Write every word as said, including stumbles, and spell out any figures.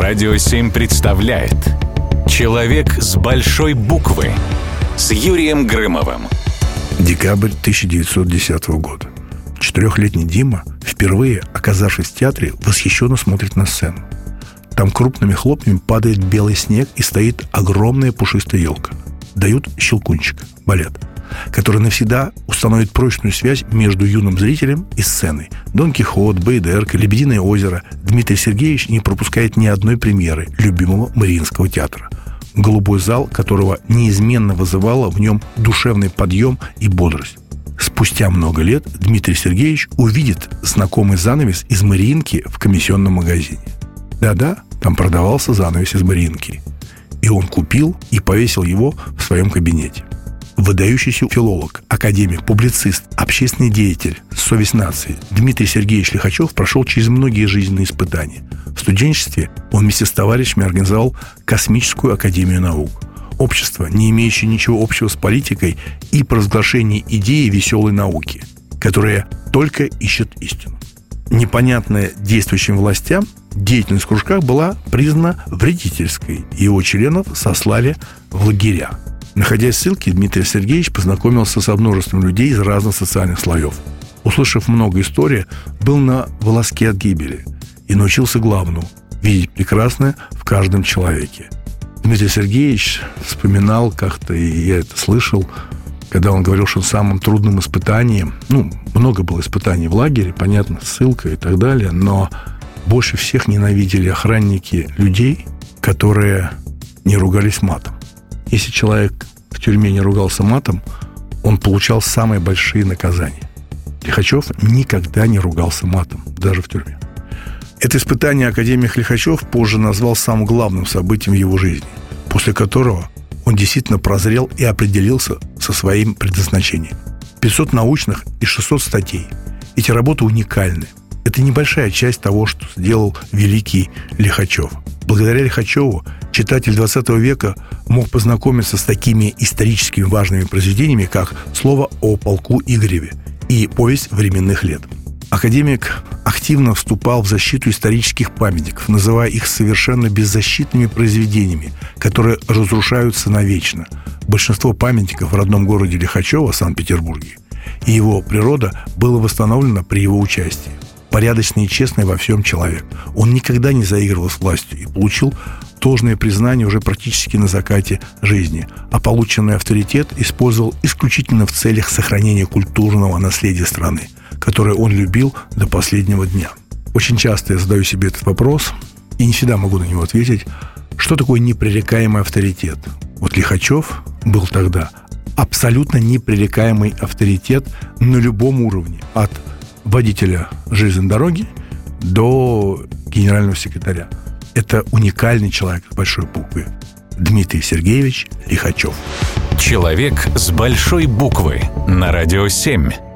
Радио семь представляет «Человек с большой буквы» с Юрием Грымовым. Декабрь тысяча девятьсот десятого года. Четырехлетний Дима, впервые оказавшись в театре, восхищенно смотрит на сцену. Там крупными хлопьями падает белый снег, и стоит огромная пушистая елка. Дают «Щелкунчик» — балет, который навсегда установит прочную связь между юным зрителем и сценой. Дон Кихот, Баядерка, Лебединое озеро. Дмитрий Сергеевич не пропускает ни одной премьеры любимого Мариинского театра, голубой зал которого неизменно вызывало в нем душевный подъем и бодрость. Спустя много лет Дмитрий Сергеевич увидит знакомый занавес из Мариинки в комиссионном магазине. Да-да, там продавался занавес из Мариинки. И он купил и повесил его в своем кабинете. Выдающийся филолог, академик, публицист, общественный деятель, совесть нации Дмитрий Сергеевич Лихачев прошел через многие жизненные испытания. В студенчестве он вместе с товарищами организовал Космическую академию наук. Общество, не имеющее ничего общего с политикой, и провозглашение идеи веселой науки, которая только ищет истину. Непонятная действующим властям, деятельность в кружках была признана вредительской, и его членов сослали в лагеря. Находясь в ссылке, Дмитрий Сергеевич познакомился со множеством людей из разных социальных слоев. Услышав много историй, был на волоске от гибели и научился главному – видеть прекрасное в каждом человеке. Дмитрий Сергеевич вспоминал как-то, и я это слышал, когда он говорил, что самым трудным испытанием, ну, много было испытаний в лагере, понятно, ссылка и так далее, но больше всех ненавидели охранники людей, которые не ругались матом. Если человек в тюрьме не ругался матом, он получал самые большие наказания. Лихачев никогда не ругался матом, даже в тюрьме. Это испытание академик Лихачев позже назвал самым главным событием в его жизни, после которого он действительно прозрел и определился со своим предназначением. пятьсот научных и шестьсот статей. Эти работы уникальны. Это небольшая часть того, что сделал великий Лихачев. Благодаря Лихачеву читатель двадцатого века мог познакомиться с такими историческими важными произведениями, как «Слово о полку Игореве» и «Повесть временных лет». Академик активно вступал в защиту исторических памятников, называя их совершенно беззащитными произведениями, которые разрушаются навечно. Большинство памятников в родном городе Лихачева, Санкт-Петербурге, и его природа было восстановлено при его участии. Порядочный и честный во всем человек. Он никогда не заигрывал с властью и получил должное признание уже практически на закате жизни, а полученный авторитет использовал исключительно в целях сохранения культурного наследия страны, которое он любил до последнего дня. Очень часто я задаю себе этот вопрос и не всегда могу на него ответить, что такое непререкаемый авторитет. Вот Лихачев был тогда абсолютно непререкаемый авторитет на любом уровне, от водителя железной дороги до генерального секретаря. Это уникальный человек с большой буквы. Дмитрий Сергеевич Лихачев. Человек с большой буквы на Радио семь.